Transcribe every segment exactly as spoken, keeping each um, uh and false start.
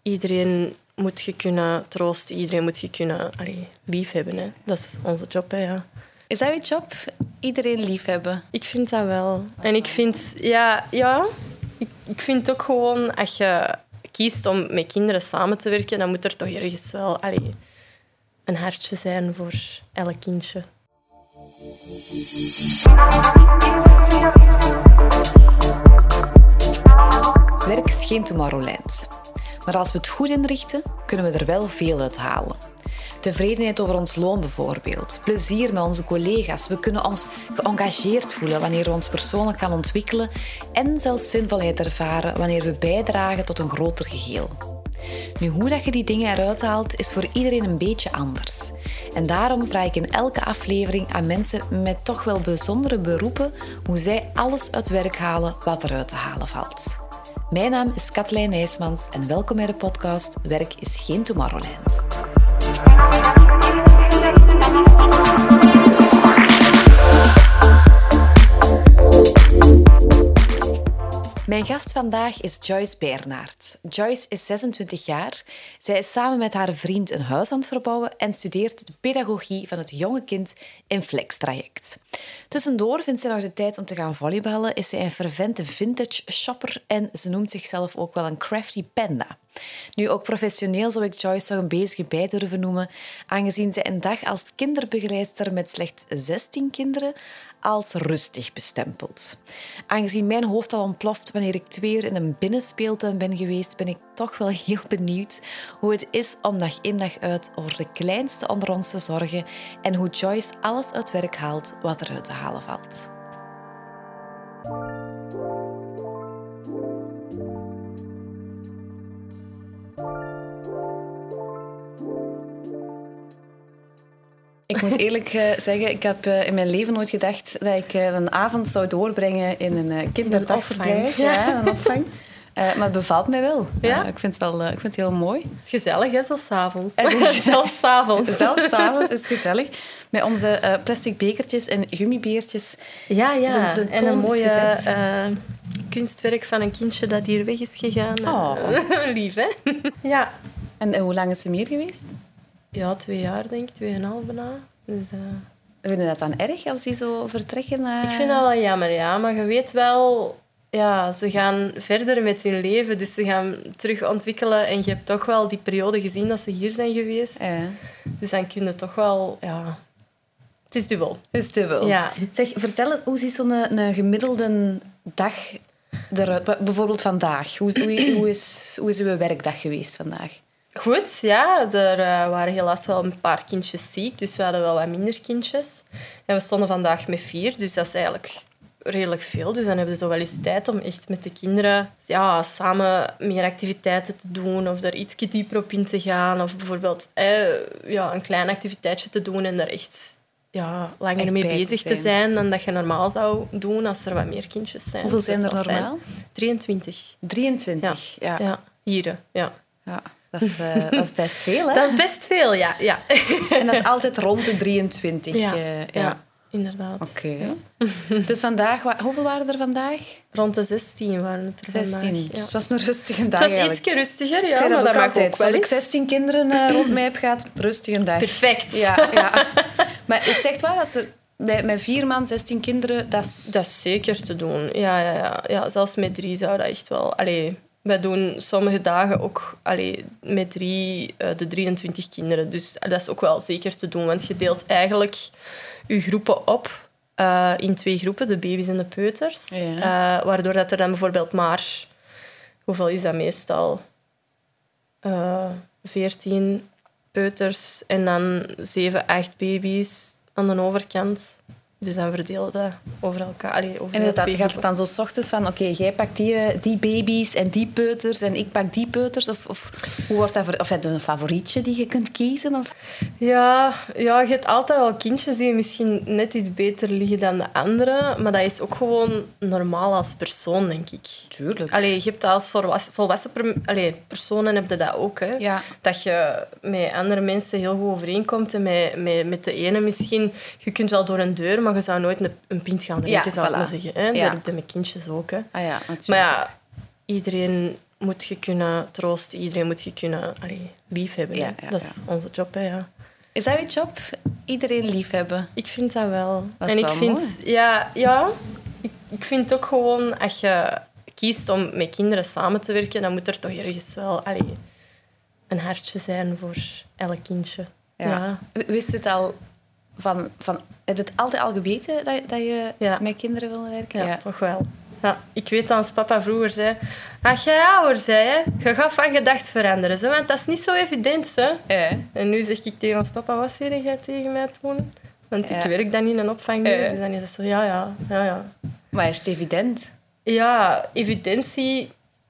iedereen moet je kunnen troosten. Iedereen moet je kunnen allee, lief hebben. Hè. Dat is onze job, hè, ja. Is dat je job? Iedereen liefhebben? Ik vind dat wel. En ik vind... Ja, ja ik, ik vind ook gewoon... Als je kiest om met kinderen samen te werken, dan moet er toch ergens wel allee, een hartje zijn voor elk kindje. Werk is geen Tomorrowland. Maar als we het goed inrichten, kunnen we er wel veel uit halen. Tevredenheid over ons loon bijvoorbeeld. Plezier met onze collega's. We kunnen ons geëngageerd voelen wanneer we ons persoonlijk gaan ontwikkelen. En zelfs zinvolheid ervaren wanneer we bijdragen tot een groter geheel. Nu, hoe dat je die dingen eruit haalt, is voor iedereen een beetje anders. En daarom vraag ik in elke aflevering aan mensen met toch wel bijzondere beroepen hoe zij alles uit werk halen wat eruit te halen valt. Mijn naam is Katelijne Nijsmans en welkom bij de podcast Werk is geen Tomorrowland. Mijn gast vandaag is Joyce Bernard. Joyce is zesentwintig jaar. Zij is samen met haar vriend een huis aan het verbouwen en studeert de pedagogie van het jonge kind in Flex-traject. Tussendoor vindt zij nog de tijd om te gaan volleyballen, is zij een fervente vintage shopper en ze noemt zichzelf ook wel een crafty panda. Nu, ook professioneel zou ik Joyce nog een bezige bij durven noemen, aangezien zij een dag als kinderbegeleidster met slechts zestien kinderen als rustig bestempelt. Aangezien mijn hoofd al ontploft wanneer ik twee uur in een binnenspeeltuin ben geweest, ben ik toch wel heel benieuwd hoe het is om dag in dag uit over de kleinste onder ons te zorgen en hoe Joyce alles uit werk haalt wat eruit te halen valt. Ik moet eerlijk uh, zeggen, ik heb uh, in mijn leven nooit gedacht dat ik uh, een avond zou doorbrengen in een uh, kinderdagverblijf. Ja, een opvang. Uh, maar het bevalt mij wel. Ja? Uh, ik, vind het wel uh, ik vind het heel mooi. Het is gezellig, hè, zo s'avonds. Dus, Zelfs s'avonds. Zelfs s'avonds is het gezellig. Met onze uh, plastic bekertjes en gummibeertjes. Ja, ja. De, de en een mooie uh, kunstwerk van een kindje dat hier weg is gegaan. Oh. Lief, hè? Ja. En, en hoe lang is ze meer geweest? Ja, twee jaar, denk ik. Tweeënhalf bijna. Dus, uh... Vind je dat dan erg als die zo vertrekken? Uh... Ik vind dat wel jammer, ja. Maar je weet wel... Ja, ze gaan verder met hun leven. Dus ze gaan terug ontwikkelen. En je hebt toch wel die periode gezien dat ze hier zijn geweest. Ja. Dus dan kun je toch wel... Ja... Het is dubbel. Het is dubbel. Ja. Zeg, vertel eens, hoe ziet zo'n een, een gemiddelde dag eruit? Bijvoorbeeld vandaag. Hoe, hoe, hoe, is, hoe is uw werkdag geweest vandaag? Goed, ja. Er uh, waren helaas wel een paar kindjes ziek, dus we hadden wel wat minder kindjes. En we stonden vandaag met vier, dus dat is eigenlijk redelijk veel. Dus dan hebben we zo wel eens tijd om echt met de kinderen ja, samen meer activiteiten te doen of daar iets dieper op in te gaan. Of bijvoorbeeld eh, ja, een klein activiteitje te doen en daar echt ja, langer echt mee bezig bezig te te zijn dan dat je normaal zou doen als er wat meer kindjes zijn. Hoeveel dus zijn er normaal? Fijn. drieëntwintig. drieëntwintig, ja. ja. ja. Hier, ja. Ja. Dat is, uh, dat is best veel, hè? Dat is best veel, ja. ja. En dat is altijd rond de drieëntwintig. Ja, uh, ja. ja inderdaad. Oké. Okay. Dus vandaag, hoeveel waren er vandaag? Rond de zestien waren het er zestien. vandaag. Dus ja. het was een rustige dag. Het was eigenlijk. iets rustiger, ja. Ik maar dat, dat mag altijd. ook wel Als ik eens. zestien kinderen uh, rond mij heb, gaat rustige dag. Perfect. Ja, ja. Maar is het echt waar dat ze... Bij, met vier man, zestien kinderen, dat is... Dat is zeker te doen. Ja, ja, ja. ja zelfs met drie zou dat echt wel... Allee, wij doen sommige dagen ook allee, met drie, uh, de drieëntwintig kinderen. Dus dat is ook wel zeker te doen. Want je deelt eigenlijk je groepen op uh, in twee groepen, de baby's en de peuters. Ja. Uh, waardoor dat er dan bijvoorbeeld maar... Hoeveel is dat meestal? Uh, veertien peuters en dan zeven, acht baby's aan de overkant. Dus dan verdelen dat over elkaar. Allee, over en dat, twee gaat het dan zo 's ochtends van... Oké, okay, jij pakt die, die baby's en die peuters en ik pak die peuters? Of, of hoe wordt dat... Voor, of heb je een favorietje die je kunt kiezen? Of? Ja, ja, je hebt altijd wel kindjes die misschien net iets beter liggen dan de anderen. Maar dat is ook gewoon normaal als persoon, denk ik. Tuurlijk. Allee, je hebt dat als volwassen, volwassen per, allee, personen heb je dat ook. Hè? Ja. Dat je met andere mensen heel goed overeenkomt. En met, met, met de ene misschien... Je kunt wel door een deur, maar je zou nooit een, een pint gaan drinken, Ja, zou ik voilà. maar zeggen. Hè? Ja. Dat heb je met kindjes ook. Hè? Ah ja, natuurlijk. Maar ja, iedereen moet je kunnen troosten. Iedereen moet je kunnen allee, lief hebben. Ja, ja, dat is ja. onze job, hè, ja. Is dat je job? Iedereen lief hebben? Ik vind dat wel. Dat is en wel ik vind, mooi. Ja, ja ik, ik vind ook gewoon, als je kiest om met kinderen samen te werken, dan moet er toch ergens wel allee, een hartje zijn voor elk kindje. Ja. Ja. W- Wist je het al van, van... Heb je het altijd al geweten dat, dat je Ja. met kinderen wil werken? Ja, toch wel. Ja, ik weet dat als papa vroeger zei... Als jij ouder zei, hè, je gaat van gedacht veranderen. Zo, want dat is niet zo evident. Hè. Ja. En nu zeg ik tegen ons papa... Wat zei jij tegen mij toen? Want Ja. ik werk dan in een opvang. Ja. Dus dan is het zo... Ja, ja, ja, ja. Maar is het evident? Ja, evidentie...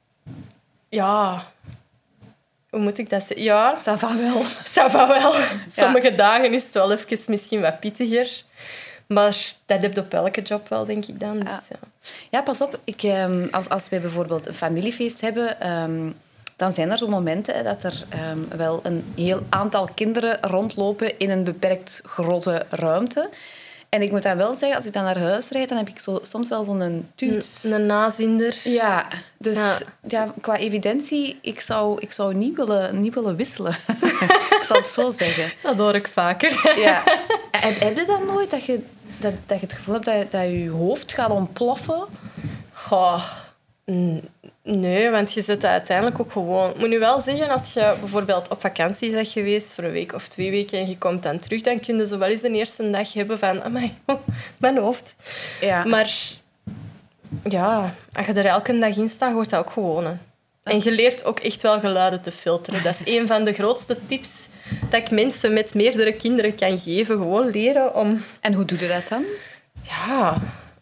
Ja... Hoe moet ik dat zeggen? Ja, Ça va wel. ça va wel. Sommige dagen is het wel even misschien wat pittiger. Maar dat heb je op elke job wel, denk ik dan. Dus, Ja. ja. Ja, pas op. Ik, ehm, als, als wij bijvoorbeeld een familiefeest hebben, ehm, dan zijn er zo momenten hè, dat er ehm, wel een heel aantal kinderen rondlopen in een beperkt grote ruimte. En ik moet dan wel zeggen, als ik dan naar huis rijd, dan heb ik zo, soms wel zo'n tuut. Een, een nazinder. Ja, dus ja. Ja. qua evidentie, ik zou, ik zou niet, willen, niet willen wisselen. Ik zal het zo zeggen. Dat hoor ik vaker. Ja. Heb, heb je dan nooit dat je, dat, dat je het gevoel hebt dat je, dat je hoofd gaat ontploffen? Goh, n- nee, want je zit dat uiteindelijk ook gewoon... Ik moet nu wel zeggen, als je bijvoorbeeld op vakantie bent geweest voor een week of twee weken en je komt dan terug, dan kun je zo wel eens de eerste dag hebben van... Amai, mijn hoofd. Ja. Maar ja, als je er elke dag in staat, wordt dat ook gewoon. Hè. En je leert ook echt wel geluiden te filteren. Dat is een van de grootste tips dat ik mensen met meerdere kinderen kan geven. Gewoon leren om... En hoe doe je dat dan? Ja,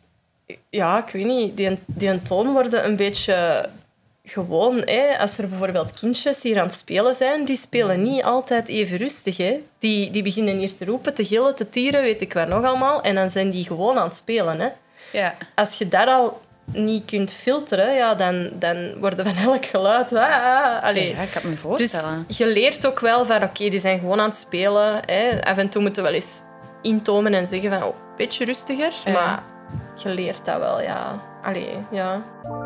ja ik weet niet. Die, die toon worden een beetje gewoon. Hè. Als er bijvoorbeeld kindjes hier aan het spelen zijn, die spelen niet altijd even rustig. Hè. Die, die beginnen hier te roepen, te gillen, te tieren, weet ik wat nog allemaal. En dan zijn die gewoon aan het spelen. Hè. Ja. Als je dat al niet kunt filteren, ja, dan, dan worden van elk geluid... Ah, ah, allee. Ja, ik kan me Dus voorstellen. je leert ook wel van, oké, die zijn gewoon aan het spelen. Hè. Af en toe moeten we wel eens intomen en zeggen van, oh, een beetje rustiger. Ja. Maar je leert dat wel, ja. Allee, ja.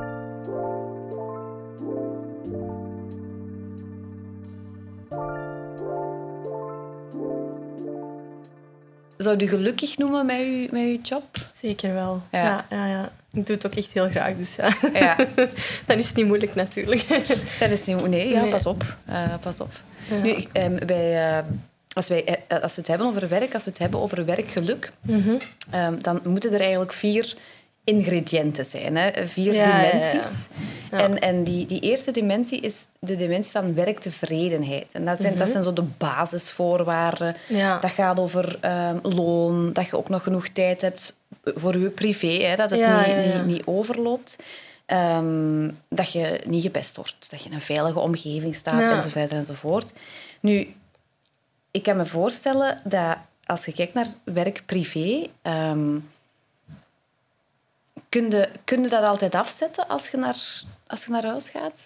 Zou je gelukkig noemen met je, met je job? Zeker wel. Ja. Ja. Ja, ja, Ik doe het ook echt heel graag, dus ja. Ja. Dan is het niet moeilijk, natuurlijk. Dat is niet... Nee, ja, Nee. pas op. Uh, pas op. Ja. Nu, ik, ehm, wij, uh, als, wij, uh, als we het hebben over werk, als we het hebben over werkgeluk, Mhm. um, dan moeten er eigenlijk vier ingrediënten zijn. Hè? Vier Ja, dimensies. ja, ja. Ja. En, en die, die eerste dimensie is de dimensie van werktevredenheid. En dat zijn, Mhm. dat zijn zo de basisvoorwaarden. Ja. Dat gaat over um, loon, dat je ook nog genoeg tijd hebt voor je privé, hè? Dat het Ja, niet, ja, ja. Niet, niet overloopt. Um, dat je niet gepest wordt, dat je in een veilige omgeving staat, Ja. enzovoort enzovoort. Nu, ik kan me voorstellen dat als je kijkt naar werk-privé, um, kun je, kun je dat altijd afzetten als je naar, als je naar huis gaat?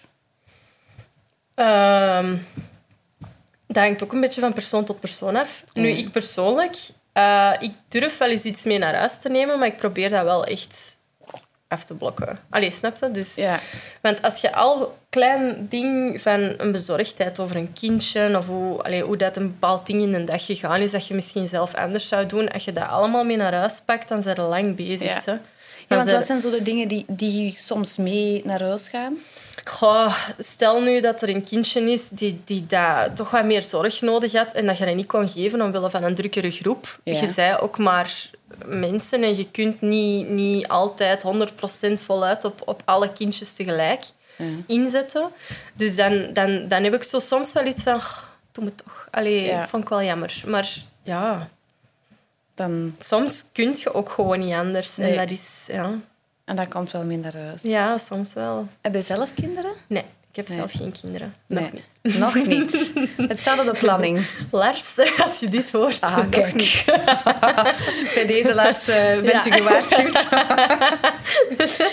Ehm, dat hangt ook een beetje van persoon tot persoon af. Nu, Mm. ik persoonlijk, uh, ik durf wel eens iets mee naar huis te nemen, maar ik probeer dat wel echt af te blokken. Allee, snap je? Dus, Ja. Want als je al een klein ding van een bezorgdheid over een kindje of hoe, allee, hoe dat een bepaald ding in een dag gegaan is, dat je misschien zelf anders zou doen, als je dat allemaal mee naar huis pakt, dan zijn je lang bezig. Ja. Hè? Ja, Dan want zijn- wat zijn zo de dingen die, die soms mee naar huis gaan? Goh, stel nu dat er een kindje is die, die dat toch wat meer zorg nodig had en dat je dat niet kon geven omwille van een drukkere groep. Ja. Je zei ook maar mensen en je kunt niet, niet altijd honderd procent voluit op, op alle kindjes tegelijk Ja. inzetten. Dus dan, dan, dan heb ik zo soms wel iets van... "Goh, doe me toch. Allee, Ja. vond ik wel jammer. Maar ja, Dan, soms kun je ook gewoon niet anders. Nee. En dat is... Ja, en dat komt wel mee naar huis. ja, soms wel. Heb je zelf kinderen? Nee, ik heb Nee. zelf geen kinderen. Nee. Nog niet. Nog niet. Het staat op de planning. Lars, als je dit hoort. Ah, nog kijk. niet. Bij deze, Lars, uh, bent Ja. u gewaarschuwd.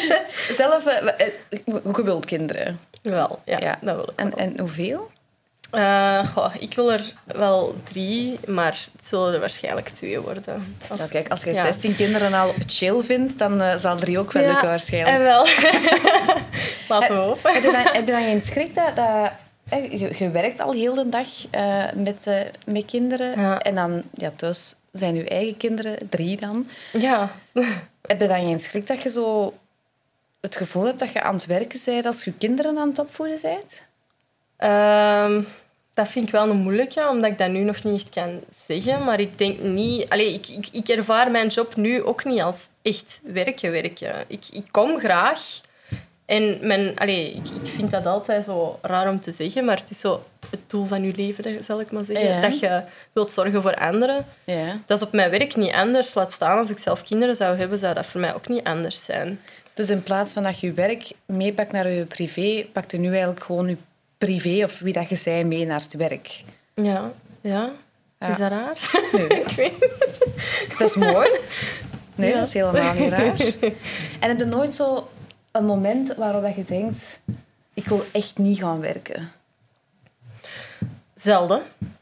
Zelf, uh, je wilt kinderen. Wel, ja, Ja. dat wil ik En, wel. en hoeveel? Uh, goh, ik wil er wel drie, maar het zullen er waarschijnlijk twee worden. Als, ja, kijk, als je ja. zestien kinderen al chill vindt, dan uh, zal drie ook wel ja, lukken waarschijnlijk. En wel. Laten we hopen. Heb je dan, heb je dan geen schrik dat... dat je, je werkt al heel de dag uh, met, uh, met kinderen. Ja. En dan ja, thuis zijn je eigen kinderen, drie dan. Ja. Heb je dan geen schrik dat je zo het gevoel hebt dat je aan het werken bent als je kinderen aan het opvoeden bent? Um, dat vind ik wel een moeilijke, omdat ik dat nu nog niet echt kan zeggen. Maar ik denk niet... Allee, ik, ik, ik ervaar mijn job nu ook niet als echt werken, werken. Ik, ik kom graag. En mijn, allee, ik, ik vind dat altijd zo raar om te zeggen, maar het is zo het doel van je leven, zal ik maar zeggen. Ja. Dat je wilt zorgen voor anderen. Ja. Dat is op mijn werk niet anders. Laat staan, als ik zelf kinderen zou hebben, zou dat voor mij ook niet anders zijn. Dus in plaats van dat je je werk meepakt naar je privé, pakt je nu eigenlijk gewoon je privé of wie dat je zei mee naar het werk. Ja, ja. ja. Is dat raar? Nee. Ik weet dat is mooi. Nee, ja. Dat is helemaal niet raar. En heb je nooit zo een moment waarop je denkt, ik wil echt niet gaan werken? Zelden.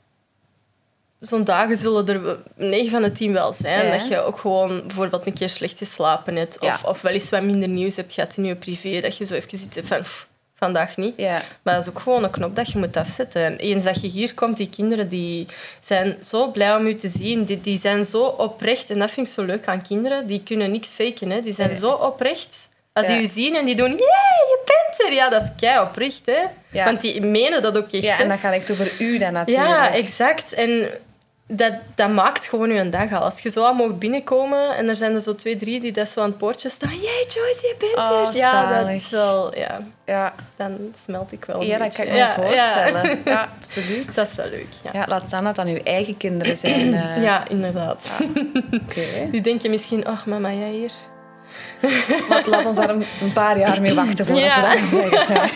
Zo'n dagen zullen er negen van de tien wel zijn. Ja. Dat je ook gewoon bijvoorbeeld een keer slecht geslapen hebt. Of, ja. of wel eens wat minder nieuws hebt gehad in je privé. Dat je zo even zit van... Pff, vandaag niet. Ja. Maar dat is ook gewoon een knop dat je moet afzetten. En eens dat je hier komt, die kinderen die zijn zo blij om je te zien. Die, die zijn zo oprecht. En dat vind ik zo leuk aan kinderen. Die kunnen niks faken. Hè. Die zijn nee. zo oprecht. Als die ja. je zien en die doen... Yeah, je bent er! Ja, dat is kei oprecht. Hè. Ja. Want die menen dat ook echt. Ja, en dat gaat echt over u dan natuurlijk. Ja, exact. En dat, dat maakt gewoon je dag al. Als je zo al mag binnenkomen en er zijn er zo twee, drie die dat zo aan het poortje staan. Jij, Joyce, je bent oh, er! Ja, zalig. dat is wel... Ja. Ja. Dan smelt ik wel een Ja, beetje. dat kan ik me ja, voorstellen. Ja. Ja, absoluut. Dat is wel leuk, ja. Ja, laat staan dat dan uw eigen kinderen zijn. Uh... Ja, inderdaad. Ja. Okay. Die denken misschien, ach, mama, jij hier? Laat, laat ons daar een, een paar jaar mee wachten voordat ja. ze dat zeggen. Ja.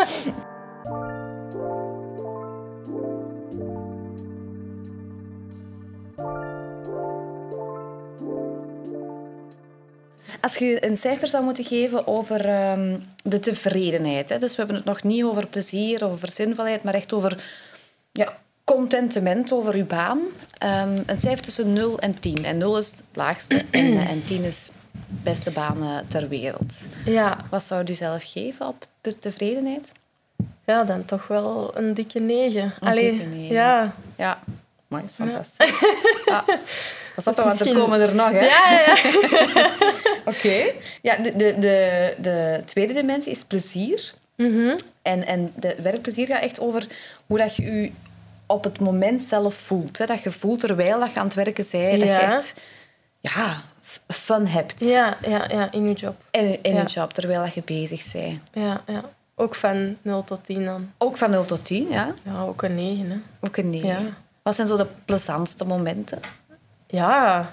Als je een cijfer zou moeten geven over um, de tevredenheid. Hè? Dus we hebben het nog niet over plezier, over zinvolheid, maar echt over ja, contentement, over je baan. Um, een cijfer tussen nul en tien. En nul is het laagste en, uh, en tien is de beste baan uh, ter wereld. Ja. Wat zou je zelf geven op de tevredenheid? Ja, dan toch wel een dikke negen. Een Allee, dikke negen. Ja. Ja, mooi, is fantastisch. Ja. Ja. Pas op, want misschien... er komen er nog, hè? Ja, ja, ja. Oké. Okay. Ja, de, de, de, de tweede dimensie is plezier. Mm-hmm. En, en de werkplezier gaat echt over hoe dat je je op het moment zelf voelt. Hè? Dat je voelt terwijl dat je aan het werken bent, ja. dat je echt ja, fun hebt. Ja, ja, ja, in je job. In, in ja. je job, terwijl dat je bezig bent. Ja, ja. Ook van nul tot tien dan. Ook van nul tot tien, ja. Ja, ook een negen, hè. Ook een negen. Ja. Wat zijn zo de plezantste momenten? Ja...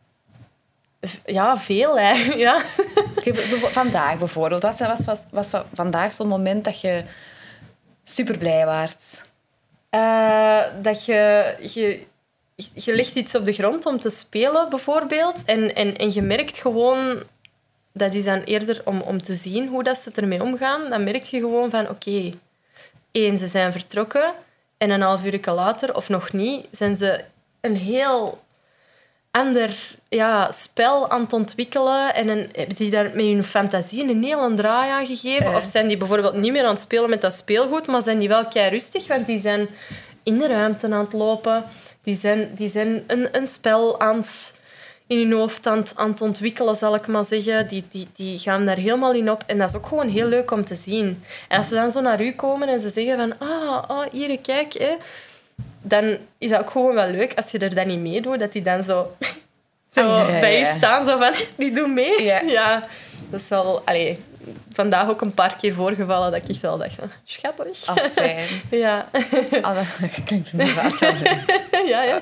Ja, veel, hè. Ja. Vandaag bijvoorbeeld. Wat was, was, was vandaag zo'n moment dat je super blij waart? Uh, dat je, je... Je legt iets op de grond om te spelen, bijvoorbeeld. En, en, en je merkt gewoon... Dat is dan eerder om, om te zien hoe dat ze ermee omgaan. Dan merk je gewoon van... Oké, okay, één, ze zijn vertrokken. En een half uur later, of nog niet, zijn ze een heel... ander ja, spel aan het ontwikkelen en een, hebben die daar met hun fantasie een heel draai aan gegeven? Uh. Of zijn die bijvoorbeeld niet meer aan het spelen met dat speelgoed, maar zijn die wel kei rustig, want die zijn in de ruimte aan het lopen. Die zijn, die zijn een, een spel aan het, in hun hoofd aan het, aan het ontwikkelen, zal ik maar zeggen. Die, die, die gaan daar helemaal in op. En dat is ook gewoon heel leuk om te zien. En als ze dan zo naar u komen en ze zeggen van ah, ah hier, kijk, hè, dan is dat ook gewoon wel leuk als je er dan niet mee doet, dat die dan zo, zo ah, ja, ja, bij je ja. staan, zo van, die doen mee. Ja, ja dat is wel... Allee, vandaag ook een paar keer voorgevallen dat ik echt wel dacht, schattig. Ah, fijn. Ja. Ah, dat klinkt inderdaad wel leuk. Ja, ja.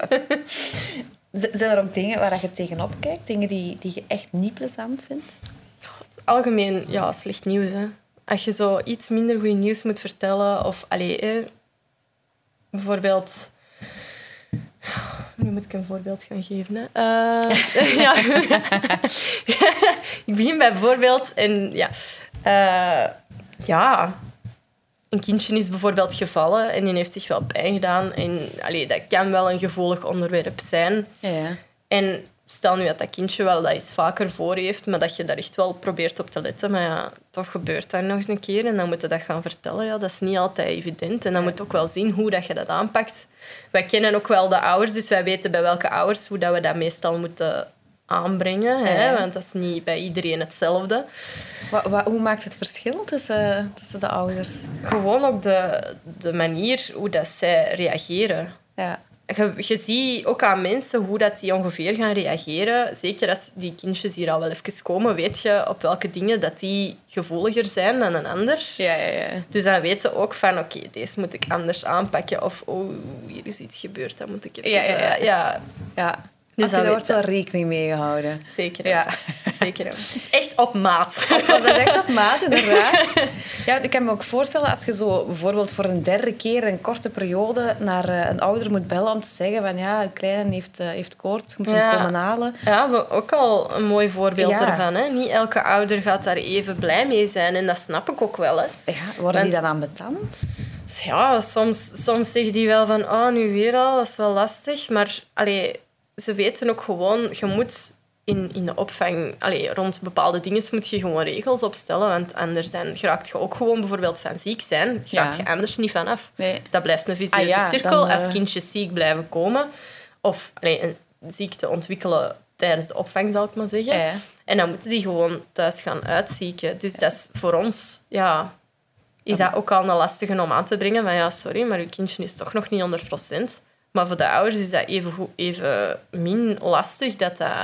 Zijn er ook dingen waar je tegenop kijkt? Dingen die, die je echt niet plezant vindt? God, algemeen, ja, slecht nieuws, hè. Als je zo iets minder goed nieuws moet vertellen, of... Allee, hè, bijvoorbeeld... Nu moet ik een voorbeeld gaan geven. Hè. Uh, ja. Ik begin bij bijvoorbeeld... En, ja, uh, ja, een kindje is bijvoorbeeld gevallen en die heeft zich wel pijn gedaan. En allee, dat kan wel een gevoelig onderwerp zijn. Ja. En stel nu dat dat kindje wel dat iets vaker voor heeft, maar dat je daar echt wel probeert op te letten. Maar ja, toch gebeurt dat nog een keer en dan moet je dat gaan vertellen. Ja, dat is niet altijd evident. En dan moet je ook wel zien hoe dat je dat aanpakt. Wij kennen ook wel de ouders, dus wij weten bij welke ouders hoe dat we dat meestal moeten aanbrengen. Hè? Ja. Want dat is niet bij iedereen hetzelfde. Wat, wat, hoe maakt het verschil tussen, tussen de ouders? Gewoon ook de, de manier hoe dat zij reageren. Ja. Je, je ziet ook aan mensen hoe dat die ongeveer gaan reageren. Zeker als die kindjes hier al wel even komen, weet je op welke dingen dat die gevoeliger zijn dan een ander. Ja, ja, ja. Dus dan weten ook van, oké, okay, deze moet ik anders aanpakken. Of, oh, hier is iets gebeurd, dat moet ik even... Ja, ja, ja. Uh, ja. ja. Dus daar wordt wel dat. rekening mee gehouden. Zeker en Ja. vast. Zeker en vast. Het is echt op maat. Dat is echt op maat, inderdaad. Ja, ik kan me ook voorstellen, als je zo bijvoorbeeld voor een derde keer een korte periode naar uh, een ouder moet bellen om te zeggen van ja, een kleine heeft, uh, heeft koorts, je moet hem Ja. komen halen. Ja, we ook al een mooi voorbeeld Ja. ervan. Hè? Niet elke ouder gaat daar even blij mee zijn. En dat snap ik ook wel. Hè. Ja, worden die Want- dan ambetant? Ja, soms, soms zeggen die wel van, oh, nu weer al, dat is wel lastig. Maar allee, ze weten ook gewoon, je moet in, in de opvang, allee, rond bepaalde dingen moet je gewoon regels opstellen. Want anders dan geraakt je ook gewoon bijvoorbeeld van ziek zijn. Geraakt Ja. je anders niet vanaf. Nee. Dat blijft een vicieuze Ah ja, cirkel. dan, uh, Als kindjes ziek blijven komen, of allee, een ziekte ontwikkelen tijdens de opvang, zal ik maar zeggen. Ja. En dan moeten die gewoon thuis gaan uitzieken. Dus dat is voor ons... Ja, is dat ook al een lastige om aan te brengen. Van ja, sorry, maar uw kindje is toch nog niet honderd procent. Maar voor de ouders is dat even, goed- even min lastig. Dat dat...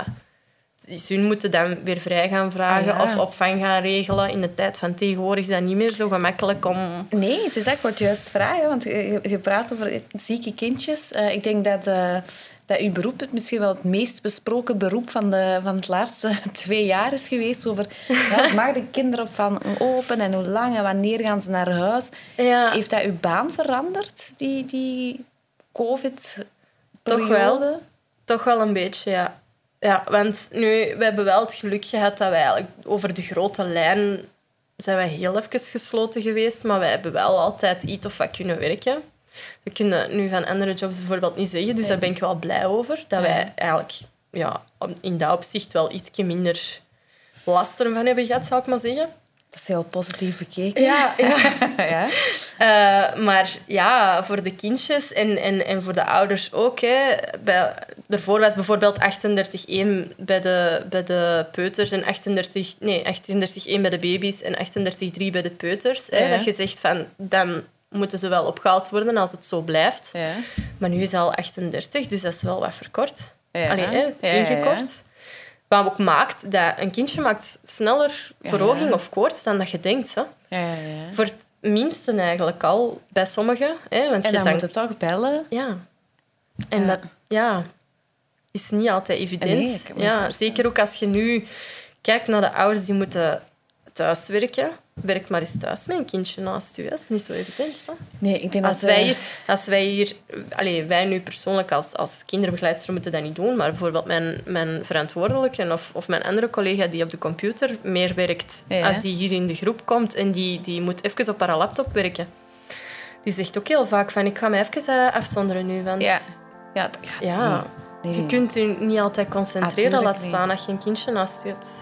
Dus hun moeten dan weer vrij gaan vragen Ah, ja. of opvang gaan regelen. In de tijd van tegenwoordig is dat niet meer zo gemakkelijk om... Nee, het is echt wat juist vragen, want je, je praat over zieke kindjes. Uh, ik denk dat, uh, dat uw beroep het misschien wel het meest besproken beroep van, de, van het laatste twee jaar is geweest. Over ja, mag de kinderopvang open en hoe lang en wanneer gaan ze naar huis. Ja, Heeft dat uw baan veranderd, die, die covid-periode? Toch wel. toch wel een beetje, ja. Ja, want nu, we hebben wel het geluk gehad dat wij eigenlijk over de grote lijn zijn wij heel even gesloten geweest, maar wij hebben wel altijd iets of wat kunnen werken. We kunnen nu van andere jobs bijvoorbeeld niet zeggen, dus Nee. daar ben ik wel blij over. Dat Ja. wij eigenlijk ja, in dat opzicht wel ietsje minder last ervan hebben gehad, zou ik maar zeggen. Dat is heel positief bekeken. Ja, ja. ja. Uh, maar ja, voor de kindjes en, en, en voor de ouders ook. Hè. Bij, daarvoor was bijvoorbeeld achtendertig één bij de, bij de peuters en achtendertig, nee, achtendertig één bij de baby's en achtendertig drie bij de peuters. Hè. Ja. Dat je zegt van, dan moeten ze wel opgehaald worden als het zo blijft. Ja. Maar nu is het al achtendertig, dus dat is wel wat verkort. Ja. Allee, hè, Ja, ja, ja. ingekort. Wat ook maakt dat een kindje maakt sneller Ja, verhoging ja. of koorts dan dat je denkt. Hè. Ja, ja, ja. Voor het minste eigenlijk al, bij sommigen. Hè, want En je dan dan... moet je toch bellen. Ja. En Ja. dat ja, is niet altijd evident. Nee, ik kan me ja, voorstellen. zeker ook als je nu kijkt naar de ouders die moeten thuiswerken. Werk maar eens thuis met een kindje naast je. Dat is niet zo evident. Hè? Nee, ik denk Als dat... wij eh, hier, als wij hier allee, wij nu persoonlijk als, als kinderbegeleidster moeten dat niet doen, maar bijvoorbeeld mijn, mijn verantwoordelijke of, of mijn andere collega die op de computer meer werkt, Ja. als die hier in de groep komt en die, die moet even op haar laptop werken, die zegt ook heel vaak van ik ga me even uh, afzonderen nu, want Ja. Ja, d- ja, ja, nee. Nee, je nee. kunt je niet altijd concentreren, Natuurlijk laat niet. staan als je een kindje naast je hebt.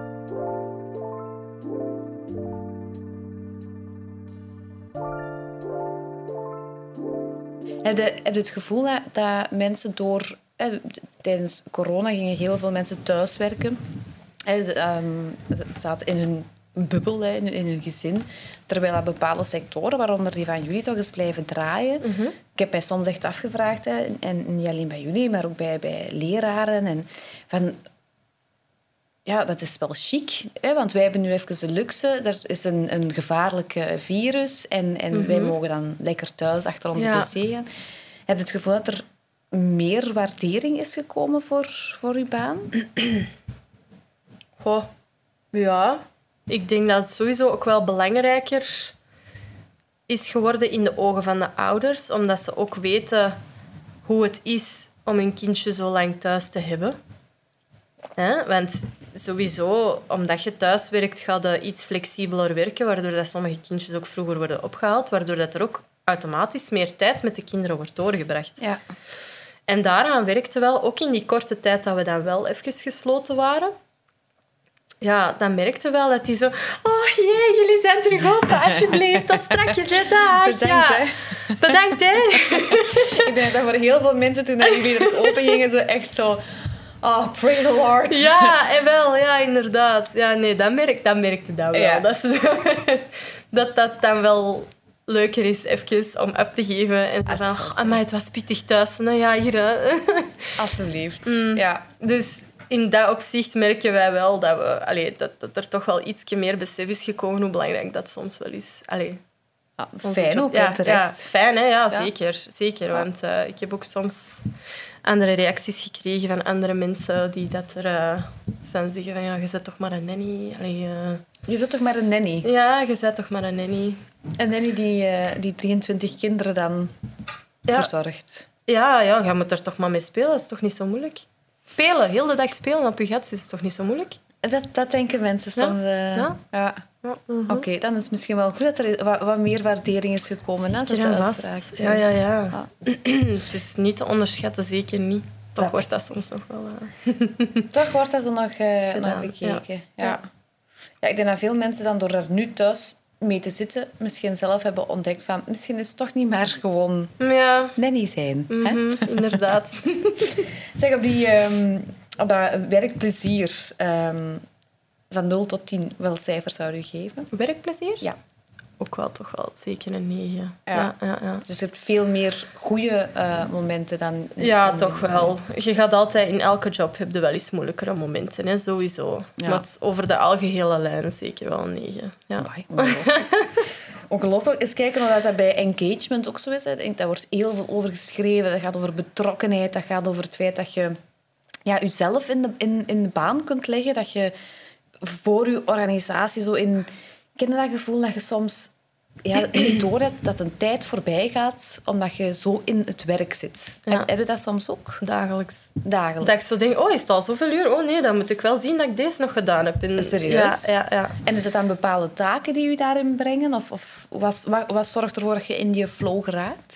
Heb je, heb je het gevoel dat, dat mensen door... Eh, tijdens corona gingen heel veel mensen thuiswerken. Eh, ze, ehm, ze zaten in hun bubbel, hè, in, in hun gezin. Terwijl aan bepaalde sectoren, waaronder die van jullie, toch eens blijven draaien. Mhm. Ik heb mij soms echt afgevraagd, hè, en niet alleen bij jullie, maar ook bij, bij leraren. En van, ja, dat is wel chic, hè, want wij hebben nu even de luxe. Er is een, een gevaarlijke virus en, en Mhm. wij mogen dan lekker thuis achter onze Ja. pc gaan. Heb je het gevoel dat er meer waardering is gekomen voor, voor uw baan? Goh, ja. Ik denk dat het sowieso ook wel belangrijker is geworden in de ogen van de ouders, omdat ze ook weten hoe het is om hun kindje zo lang thuis te hebben. Hè? Want sowieso, omdat je thuis werkt, ga je iets flexibeler werken, waardoor dat sommige kindjes ook vroeger worden opgehaald, waardoor dat er ook automatisch meer tijd met de kinderen wordt doorgebracht. Ja. En daaraan werkte wel, ook in die korte tijd dat we dan wel even gesloten waren. Ja, dan merkte wel dat die zo... Oh jee, jullie zijn terug open, alsjeblieft. Tot straks, hè, dag. Bedankt, ja. hè. Bedankt, hè. Ik denk dat voor heel veel mensen, toen jullie er open gingen, zo echt zo... Oh, praise the Lord. Ja, en wel, ja, inderdaad. Ja, nee, dat, merk, dat merkte dat wel. Ja. Dat, ze zo, dat dat dan wel leuker is, even om op te geven. En zo van, oh, amai, het was pittig thuis. Nou ja, hier, hè. Alsjeblieft. Mm. Ja. Dus in dat opzicht merken wij wel dat, we, allee, dat, dat er toch wel iets meer besef is gekomen hoe belangrijk dat soms wel is. Allee, Ja, fijn ook, ja, hè, terecht. Ja, fijn, hè? Ja, Ja. zeker. zeker Ja. Want uh, ik heb ook soms andere reacties gekregen van andere mensen die dat er uh, van zeggen van ja, je bent toch maar een nanny. Allee, uh, Je zit toch maar een nanny? ja, je bent toch maar een nanny. Een nanny die, uh, die drieëntwintig kinderen dan Ja. verzorgt. Ja, ja, je moet er toch maar mee spelen. Dat is toch niet zo moeilijk? Spelen, heel de dag spelen op je gat is toch niet zo moeilijk? Dat, dat denken mensen Ja. soms. Uh, Ja. ja. Ja, uh-huh. Oké, dan is het misschien wel goed dat er wat, wat meer waardering is gekomen. Hè, tot de Ja, uitspraak. vast. Ja, ja, ja. Ah. Het is niet te onderschatten, zeker niet. Toch Dat- wordt dat soms nog wel... Uh... Toch wordt dat zo nog, uh, Gedaan, nog bekeken. ja. Ja. Ja. Ja, ik denk dat veel mensen dan door er nu thuis mee te zitten, misschien zelf hebben ontdekt van misschien is het toch niet maar gewoon Ja, nanny zijn. Hè? mhm, inderdaad. Zeg, op, die, ehm, op dat werkplezier ehm, van nul tot tien, welk cijfer zou u geven? Werkplezier? Ja. Ook wel toch wel zeker een negen. Ja. Ja, ja, ja. Dus je hebt veel meer goede uh, momenten dan... Ja, dan toch wel. Je gaat altijd in elke job heb je wel eens moeilijkere momenten, hè, sowieso. Ja. Maar het- over de algehele lijn zeker wel een negen. Ja. Amai, ongelooflijk. Ongelooflijk. Eens kijken of dat bij engagement ook zo is. Hè. Ik denk, daar wordt heel veel over geschreven. Dat gaat over betrokkenheid. Dat gaat over het feit dat je ja, jezelf in de, in, in de baan kunt leggen. Dat je voor je organisatie zo in... Ken je dat gevoel dat je soms ja, niet doorhebt dat een tijd voorbij gaat omdat je zo in het werk zit? Ja. Heb, heb je dat soms ook? Dagelijks. Dagelijks. Dat ik zo denk, oh, is het al zoveel uur? Oh nee, dan moet ik wel zien dat ik deze nog gedaan heb. En, Serieus? Ja, ja, ja. En is het dan bepaalde taken die u daarin brengen? Of, of wat, wat, wat zorgt ervoor dat je in die flow geraakt?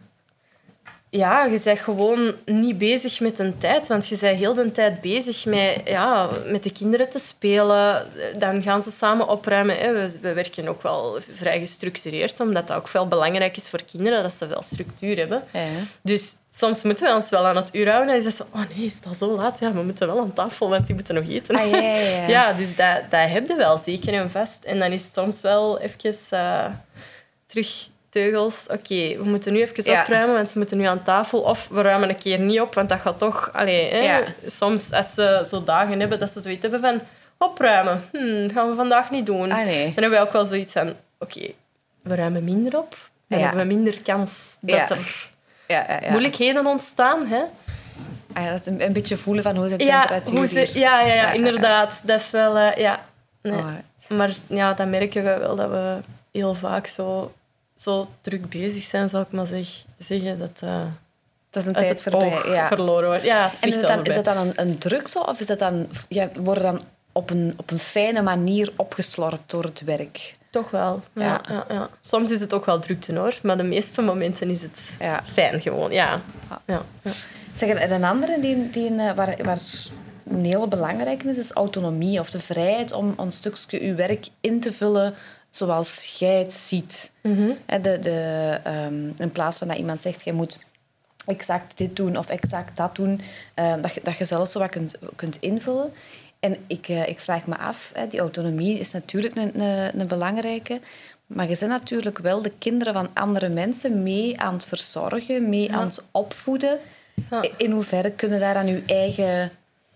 Ja, je bent gewoon niet bezig met een tijd, want je bent heel de tijd bezig met, ja, met de kinderen te spelen. Dan gaan ze samen opruimen. Hè. We, we werken ook wel vrij gestructureerd, omdat dat ook veel belangrijk is voor kinderen, dat ze wel structuur hebben. Ja. Dus soms moeten we ons wel aan het uur houden. En dan is dat zo, oh nee, is het al zo laat? Ja, we moeten wel aan tafel, want die moeten nog eten. Ah, ja, ja, ja. Ja, dus dat, dat heb je wel, zeker en vast. En dan is het soms wel even uh, terug... Teugels, oké, okay, we moeten nu even Ja. opruimen, want ze moeten nu aan tafel. Of we ruimen een keer niet op, want dat gaat toch... Allee, hè, Ja. soms als ze zo dagen hebben dat ze zoiets hebben van... Opruimen, hm, dat gaan we vandaag niet doen. Ah, nee. Dan hebben wij ook wel zoiets van... Oké, okay, we ruimen minder op. Dan Ja. hebben we minder kans dat Ja. er Ja, ja, ja. moeilijkheden ontstaan. Hè? Ah, ja, dat een, een beetje voelen van hoe is de Ja, temperatuur hoe ze, hier. ja, ja, ja, Ja, ja, inderdaad. Dat is wel... Uh, ja, nee. Alright. Maar ja, dan merken we wel dat we heel vaak zo... zo druk bezig zijn, zal ik maar zeg, zeggen. Dat, uh, Dat is een uit tijd het voorbij. oog Ja. verloren wordt. Ja, het En vliegt is het wel dan, is voorbij. dat dan een, een druk zo? Of is dat dan, ja, worden dan op een, op een fijne manier opgeslorpt door het werk? Toch wel. Ja, Ja. ja. Ja, Soms is het ook wel drukte, hoor. Maar de meeste momenten is het Ja. fijn gewoon. Ja. Ja. Ja. Ja. Zeg, en een andere die, die, een, eh, waar, waar een heel belangrijk is, is autonomie. Of de vrijheid om een stukje uw werk in te vullen zoals jij het ziet. Mhm. Hè, De, de, um, in plaats van dat iemand zegt, jij moet exact dit doen of exact dat doen, um, dat, je, dat je zelf zo wat kunt, kunt invullen. En ik, uh, ik vraag me af, hè, die autonomie is natuurlijk een, een, een belangrijke, maar je bent natuurlijk wel de kinderen van andere mensen mee aan het verzorgen, mee Ja. aan het opvoeden. Ja. In hoeverre kunnen daar aan uw eigen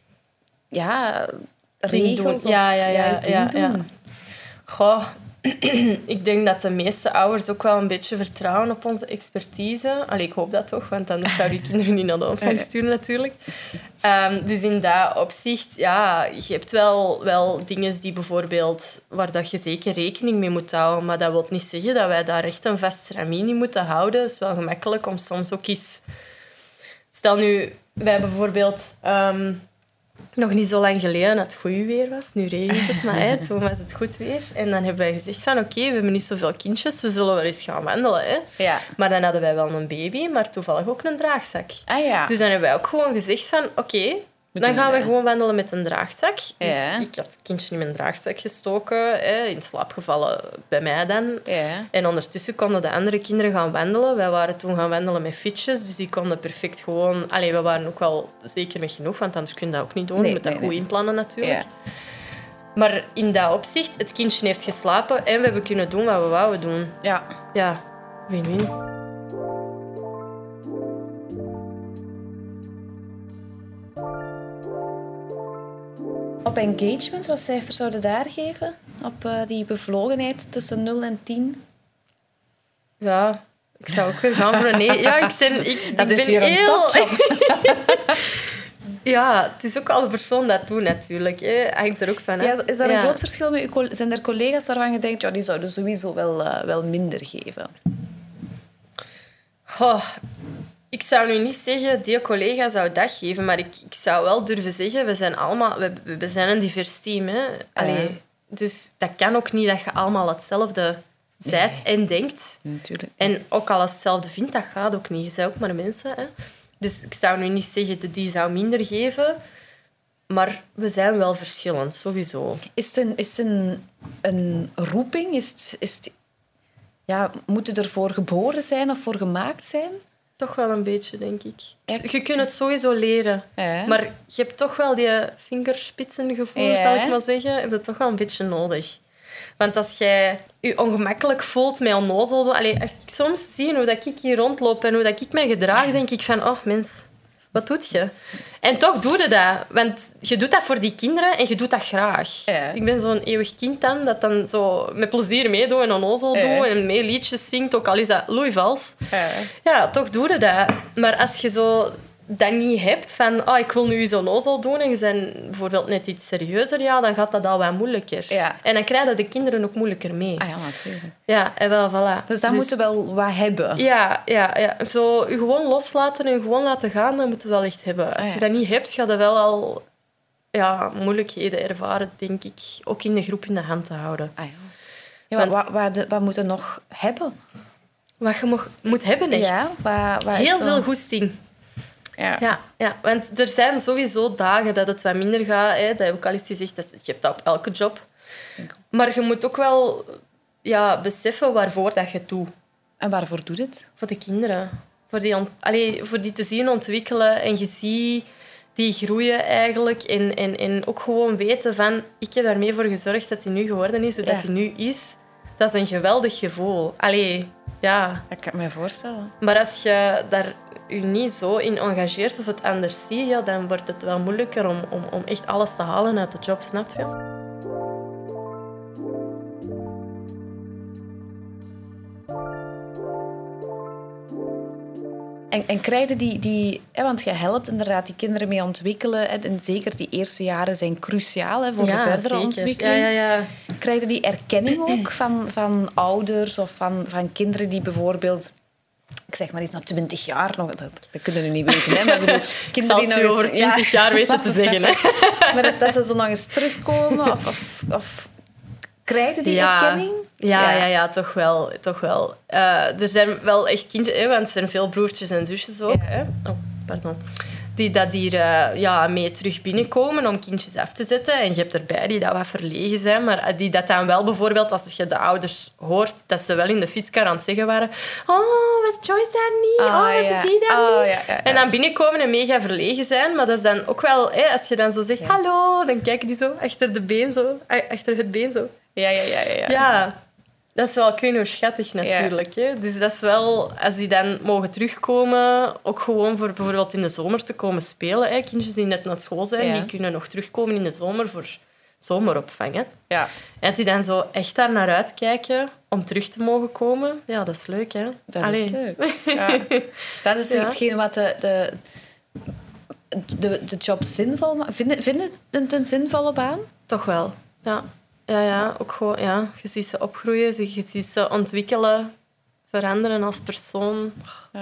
ja, Ding regels doen. of Ja, ja, ja, je ding ja, doen? ja. Goh, ik denk dat de meeste ouders ook wel een beetje vertrouwen op onze expertise. Allee, ik hoop dat toch, want anders zou je kinderen niet naar de opvang sturen natuurlijk. Um, dus in dat opzicht, ja, je hebt wel, wel dingen die bijvoorbeeld, waar dat je zeker rekening mee moet houden. Maar dat wil niet zeggen dat wij daar echt een vast stramien in moeten houden. Het is wel gemakkelijk om soms ook eens... Stel nu, wij bijvoorbeeld... Um, nog niet zo lang geleden dat het goed weer was. Nu regent het, maar hè, toen was het goed weer. En dan hebben wij gezegd van oké, okay, we hebben niet zoveel kindjes, we zullen wel eens gaan wandelen. Hè. Ja. Maar dan hadden wij wel een baby, maar toevallig ook een draagzak. Ah, ja. Dus dan hebben wij ook gewoon gezegd van oké, okay, dan gaan we gewoon wandelen met een draagzak. Dus ja. ik had het kindje in mijn draagzak gestoken, hè, in slaap gevallen bij mij dan. Ja. En ondertussen konden de andere kinderen gaan wandelen. Wij waren toen gaan wandelen met fietsjes, dus die konden perfect gewoon... Allee, we waren ook wel zeker met genoeg, want anders kun je dat ook niet doen. Nee, je moet dat nee, goed nee. inplannen natuurlijk. Ja. Maar in dat opzicht, het kindje heeft geslapen en we hebben kunnen doen wat we wouden doen. Ja. Ja, win-win. Op engagement, wat cijfers zouden daar geven? Op uh, die bevlogenheid tussen nul en tien? Ja, ik zou ook weer gaan voor een nee. Ja, ik ben, ik, dat ik is ben hier een heel... topjob. Ja, het is ook al de persoon dat doet natuurlijk. Hè. Hangt er ook van. Hè. Ja, is daar ja. een groot verschil met uw collega's? Zijn er collega's waarvan je denkt, ja, die zouden sowieso wel, uh, wel minder geven? Goh, ik zou nu niet zeggen, die collega zou dat geven, maar ik, ik zou wel durven zeggen, we zijn allemaal... We, we zijn een divers team, hè. Allee, Ja. Dus dat kan ook niet dat je allemaal hetzelfde zijt Nee. en denkt. Natuurlijk. En ook al hetzelfde vindt, dat gaat ook niet. Je bent ook maar mensen, hè. Dus ik zou nu niet zeggen dat die zou minder geven, maar we zijn wel verschillend, sowieso. Is het een, is het een, een roeping? Is het, is het, ja, moet je ervoor geboren zijn of voor gemaakt zijn? Toch wel een beetje, denk ik. Ja. Je kunt het sowieso leren. Ja. Maar je hebt toch wel die vingerspitsengevoel, Ja. zal ik maar zeggen. Je hebt het toch wel een beetje nodig. Want als jij je ongemakkelijk voelt met onnozel doen... Allee, als ik soms zie hoe dat ik hier rondloop en hoe dat ik mij gedraag, denk ik van... Oh, mens, wat doet je? En toch doe je dat. Want je doet dat voor die kinderen en je doet dat graag. Ja. Ik ben zo'n eeuwig kind dan, dat dan zo met plezier meedoet en onnozel doet Ja. en mee liedjes zingt, ook al is dat loeivals. Ja. Ja, toch doe je dat. Maar als je zo dat niet hebt, van oh, ik wil nu zo onnozel doen en je bent bijvoorbeeld net iets serieuzer, ja, dan gaat dat al wat moeilijker. Ja. En dan krijgen de kinderen ook moeilijker mee. Ah ja, natuurlijk. Ja, en wel, voilà. Dus dat moeten we wel wat hebben. Ja, ja, ja. Zo je gewoon loslaten en je gewoon laten gaan, dat moeten we wel echt hebben. Als Ah, ja. je dat niet hebt, ga je wel al ja, moeilijkheden ervaren, denk ik. Ook in de groep in de hand te houden. Ah, ja. Ja, wat, Want- wat, wat, de- wat moeten we nog hebben? Wat je mag, moet hebben, echt. Ja, wat, wat is Heel zo- veel goesting. Ja. Ja, ja, want er zijn sowieso dagen dat het wat minder gaat. Hè. Dat heb ik al eens gezegd, dat je hebt dat op elke job. Maar je moet ook wel ja, beseffen waarvoor dat je het doet. En waarvoor doet het? Voor de kinderen. Voor die, ont- Allee, voor die te zien ontwikkelen. En je ziet die groeien eigenlijk. En, en, en ook gewoon weten van... Ik heb daarmee voor gezorgd dat hij nu geworden is, zodat Ja. hij nu is. Dat is een geweldig gevoel. Allee, ja... Dat kan ik me voorstellen. Maar als je daar je niet zo in engageert of het anders ziet, ja, dan wordt het wel moeilijker om, om, om echt alles te halen uit de job, snap je? En, en krijg je die... die hè, want je helpt inderdaad die kinderen mee ontwikkelen. Hè, en zeker die eerste jaren zijn cruciaal hè, voor de verdere zeker. ontwikkeling. Ja, ja, ja. Krijg je die erkenning ook van, van ouders of van, van kinderen die bijvoorbeeld... Ik zeg maar iets na twintig jaar nog... Dat, dat kunnen we niet weten, hè. Maar ik bedoel, Ik zal kinderen het die je nog over eens- twintig ja, jaar weten te zeggen. Hè. Maar dat, dat ze zo nog eens terugkomen of... of, of krijg je die Ja. erkenning? Ja, ja. Ja, toch wel. Toch wel. Uh, er zijn wel echt kindjes, hè, want er zijn veel broertjes en zusjes ook. Ja. Hè. Oh, pardon. Die dat hier uh, ja, mee terug binnenkomen om kindjes af te zetten. En je hebt erbij die dat wat verlegen zijn, maar die dat dan wel bijvoorbeeld, als je de ouders hoort, dat ze wel in de fietskar aan het zeggen waren oh, was Joyce daar niet? Ah, Oh, was ja. die daar Oh, niet? ja, ja, ja. En dan binnenkomen en mega verlegen zijn, maar dat is dan ook wel, hè, als je dan zo zegt hallo, dan kijken die zo achter de been, zo, achter het been zo. Ja, ja, ja. ja, ja. Ja, dat is wel schattig natuurlijk. Hè? Dus dat is wel, als die dan mogen terugkomen, ook gewoon voor bijvoorbeeld in de zomer te komen spelen. Hè? Kindjes die net naar school zijn, Ja. die kunnen nog terugkomen in de zomer voor zomeropvang. Hè? Ja. En die dan zo echt daar naar uitkijken om terug te mogen komen, ja, dat is leuk. Hè? Dat Allee. is leuk. Ja. Dat is Ja. hetgeen wat de, de, de, de job zinvol maakt. Vinden vind het een zinvolle baan? Toch wel, ja. Ja, ja, ook gewoon, ja. Je ziet ze opgroeien, je ziet ze ontwikkelen, veranderen als persoon. Ja.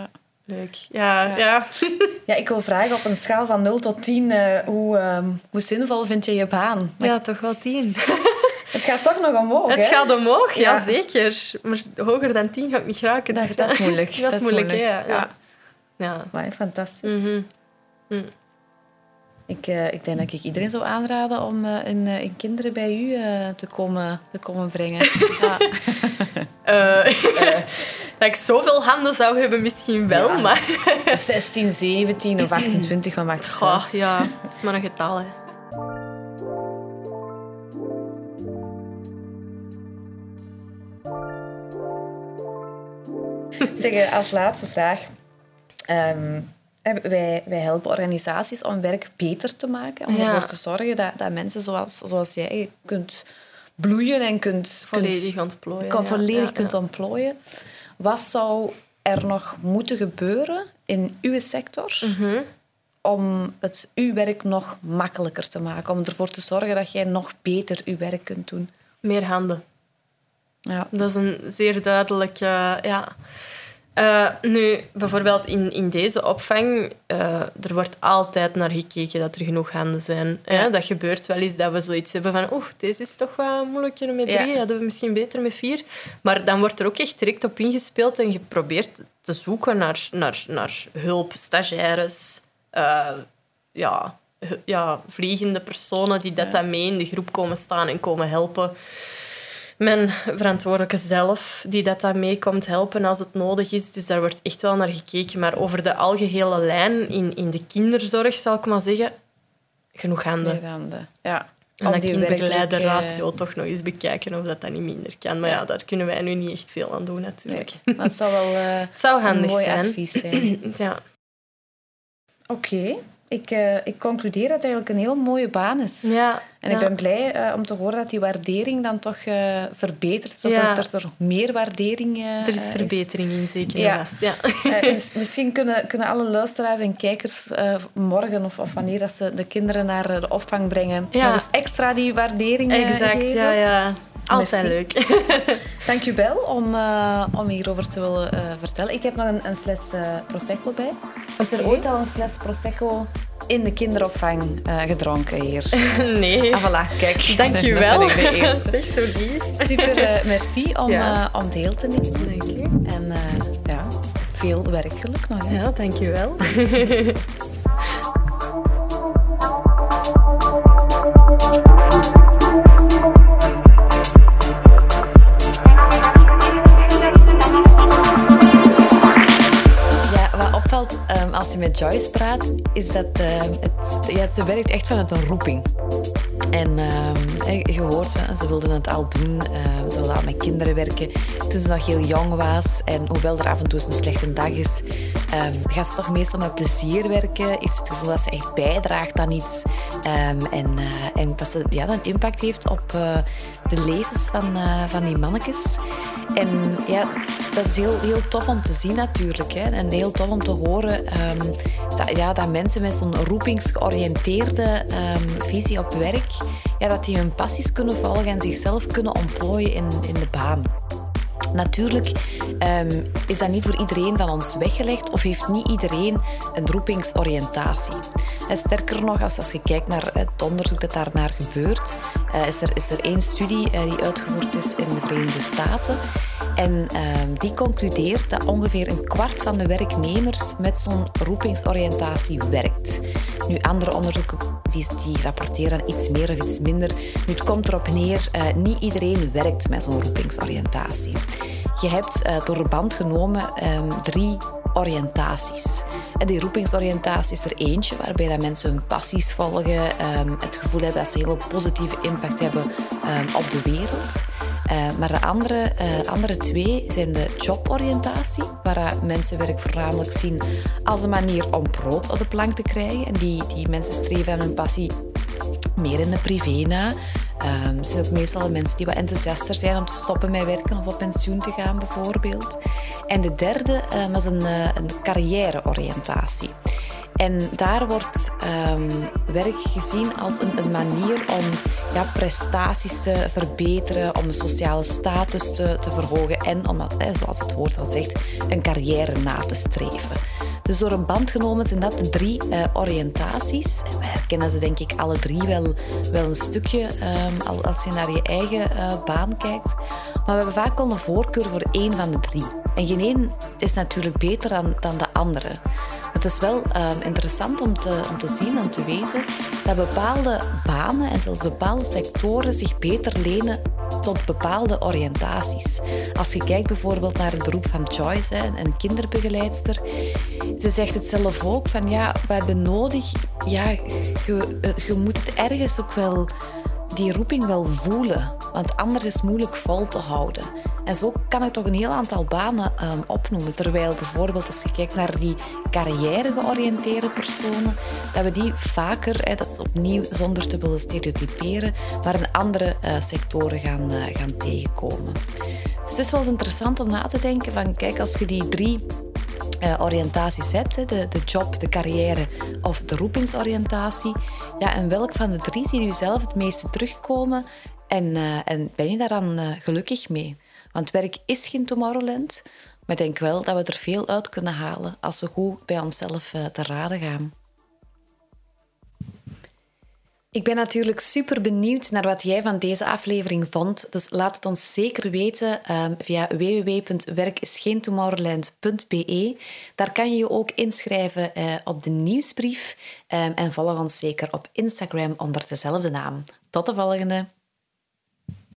Leuk. Ja, ja. ja. Ja, ik wil vragen op een schaal van nul tot tien, uh, hoe, um, hoe zinvol vind je je baan? Maar ja, toch wel tien. Het gaat toch nog omhoog, Het hè? gaat omhoog, ja, ja zeker. Maar hoger dan tien ga ik niet raken. Dus dat, dat is moeilijk. dat, dat is moeilijk, moeilijk. Hè, ja. ja. ja. Maar fantastisch. Mm-hmm. Mm. Ik, uh, ik denk dat ik iedereen zou aanraden om uh, in, uh, in kinderen bij u uh, te, komen, te komen brengen. Ja. uh, uh. Dat ik zoveel handen zou hebben, misschien wel, ja. maar... zestien, zeventien of achtentwintig, wat maakt het Goh, uit? Ja, het is maar een getal, hè. Zeg, als laatste vraag. Um, wij, wij helpen organisaties om werk beter te maken. Om ja. ervoor te zorgen dat, dat mensen zoals, zoals jij kunt bloeien en kunt... Volledig kunt, ontplooien. Kan ja. volledig ja, kunt ja. ontplooien. Wat zou er nog moeten gebeuren in uw sector... Mm-hmm. om het uw werk nog makkelijker te maken? Om ervoor te zorgen dat jij nog beter uw werk kunt doen? Meer handen. Ja. Dat is een zeer duidelijk... Uh, ja. Uh, nu, bijvoorbeeld in, in deze opvang, uh, er wordt altijd naar gekeken dat er genoeg handen zijn. Ja. Hè? Dat gebeurt wel eens dat we zoiets hebben van oeh, deze is toch wat moeilijker met drie, ja. hadden we misschien beter met vier. Maar dan wordt er ook echt direct op ingespeeld en geprobeerd te zoeken naar, naar, naar hulp, stagiaires, uh, ja, ja, vliegende personen die dat ja. dan mee in de groep komen staan en komen helpen. Mijn verantwoordelijke zelf, die dat dan mee komt helpen als het nodig is. Dus daar wordt echt wel naar gekeken. Maar over de algehele lijn in, in de kinderzorg, zal ik maar zeggen, genoeg handen. Meer handen, ja. En dat kindbegeleide ratio toch nog eens bekijken of dat dan niet minder kan. Maar ja, ja daar kunnen wij nu niet echt veel aan doen, natuurlijk. Nee, maar het zou wel uh, het zou handig een mooi zijn. advies zijn. Ja. Oké. Okay. Ik, uh, ik concludeer dat het eigenlijk een heel mooie baan is. Ja, en ja. ik ben blij uh, om te horen dat die waardering dan toch uh, verbetert. Zodat ja. er, er nog meer waardering uh, Er is verbetering in, zeker. Ja. Ja. uh, dus misschien kunnen, kunnen alle luisteraars en kijkers uh, morgen of, of wanneer dat ze de kinderen naar de opvang brengen, ja. nog eens extra die waardering uh, exact, geven. Ja, ja. Altijd Merci. Leuk. Dank je wel om, uh, om hierover te willen uh, vertellen. Ik heb nog een, een fles uh, Prosecco bij. Is er ooit al een fles Prosecco in de kinderopvang uh, gedronken hier? Nee. Ah, voilà, kijk. Dank je wel. Ben ik de eerste. Zeg zo lief. Super, uh, merci om, ja. uh, om deel te nemen. Dank je. En uh, ja, veel werkgeluk nog. Hè? Ja, dank je wel. Um, als je met Joyce praat, is dat uh, het, ja, ze werkt echt vanuit een roeping. En uh, je hoort, ze wilden het al doen. Uh, ze wilden al met kinderen werken toen ze nog heel jong was. En hoewel er af en toe eens een slechte dag is, um, gaat ze toch meestal met plezier werken. Heeft ze het gevoel dat ze echt bijdraagt aan iets. Um, en, uh, en dat ze ja, een impact heeft op uh, de levens van, uh, van die mannetjes. En ja, dat is heel, heel tof om te zien natuurlijk. Hè. En heel tof om te horen um, dat, ja, dat mensen met zo'n roepingsgeoriënteerde um, visie op werk, ja, dat die hun passies kunnen volgen en zichzelf kunnen ontplooien in, in de baan. Natuurlijk um, is dat niet voor iedereen van ons weggelegd of heeft niet iedereen een roepingsoriëntatie. En sterker nog, als, als je kijkt naar het onderzoek dat daarnaar gebeurt, uh, is, er, is er één studie uh, die uitgevoerd is in de Verenigde Staten. En um, die concludeert dat ongeveer een kwart van de werknemers met zo'n roepingsoriëntatie werkt. Nu, andere onderzoeken die, die rapporteren iets meer of iets minder. Nu, het komt erop neer, uh, niet iedereen werkt met zo'n roepingsoriëntatie. Je hebt uh, door de band genomen um, drie oriëntaties. En die roepingsoriëntatie is er eentje waarbij dat mensen hun passies volgen, um, het gevoel hebben dat ze een heel positieve impact hebben um, op de wereld. Uh, maar de andere, uh, andere twee zijn de joboriëntatie, waar mensen werk voornamelijk zien als een manier om brood op de plank te krijgen. En die, die mensen streven aan hun passie meer in de privé na. Um, het zijn ook meestal de mensen die wat enthousiaster zijn om te stoppen met werken of op pensioen te gaan, bijvoorbeeld. En de derde um, is een, uh, een carrièreoriëntatie. En daar wordt um, werk gezien als een, een manier om ja, prestaties te verbeteren, om een sociale status te, te verhogen en om, zoals het woord al zegt, een carrière na te streven. Dus door een band genomen zijn dat de drie uh, oriëntaties. En wij herkennen ze denk ik alle drie wel, wel een stukje um, als je naar je eigen uh, baan kijkt. Maar we hebben vaak wel een voorkeur voor één van de drie. En geen één is natuurlijk beter dan, dan de andere. Maar het is wel um, interessant om te, om te zien, om te weten, dat bepaalde banen en zelfs bepaalde sectoren zich beter lenen tot bepaalde oriëntaties. Als je kijkt bijvoorbeeld naar het beroep van Joyce, hè, een kinderbegeleidster, ze zegt het zelf ook, van ja, we hebben nodig, ja, je, je moet het ergens ook wel, die roeping wel voelen, want anders is het moeilijk vol te houden. En zo kan ik toch een heel aantal banen um, opnoemen. Terwijl bijvoorbeeld als je kijkt naar die carrière-georiënteerde personen, dat we die vaker, hè, dat is opnieuw zonder te willen stereotyperen, maar in andere uh, sectoren gaan, uh, gaan tegenkomen. Dus het is wel eens interessant om na te denken van, kijk, als je die drie uh, oriëntaties hebt, hè, de, de job, de carrière of de roepingsoriëntatie, ja, en welk van de drie zie je zelf het meeste terugkomen en, uh, en ben je daar dan uh, gelukkig mee? Want werk is geen Tomorrowland, maar ik denk wel dat we er veel uit kunnen halen als we goed bij onszelf te raden gaan. Ik ben natuurlijk super benieuwd naar wat jij van deze aflevering vond, dus laat het ons zeker weten um, via w w w punt werk is geen tomorrowland punt b e. Daar kan je je ook inschrijven uh, op de nieuwsbrief um, en volg ons zeker op Instagram onder dezelfde naam. Tot de volgende!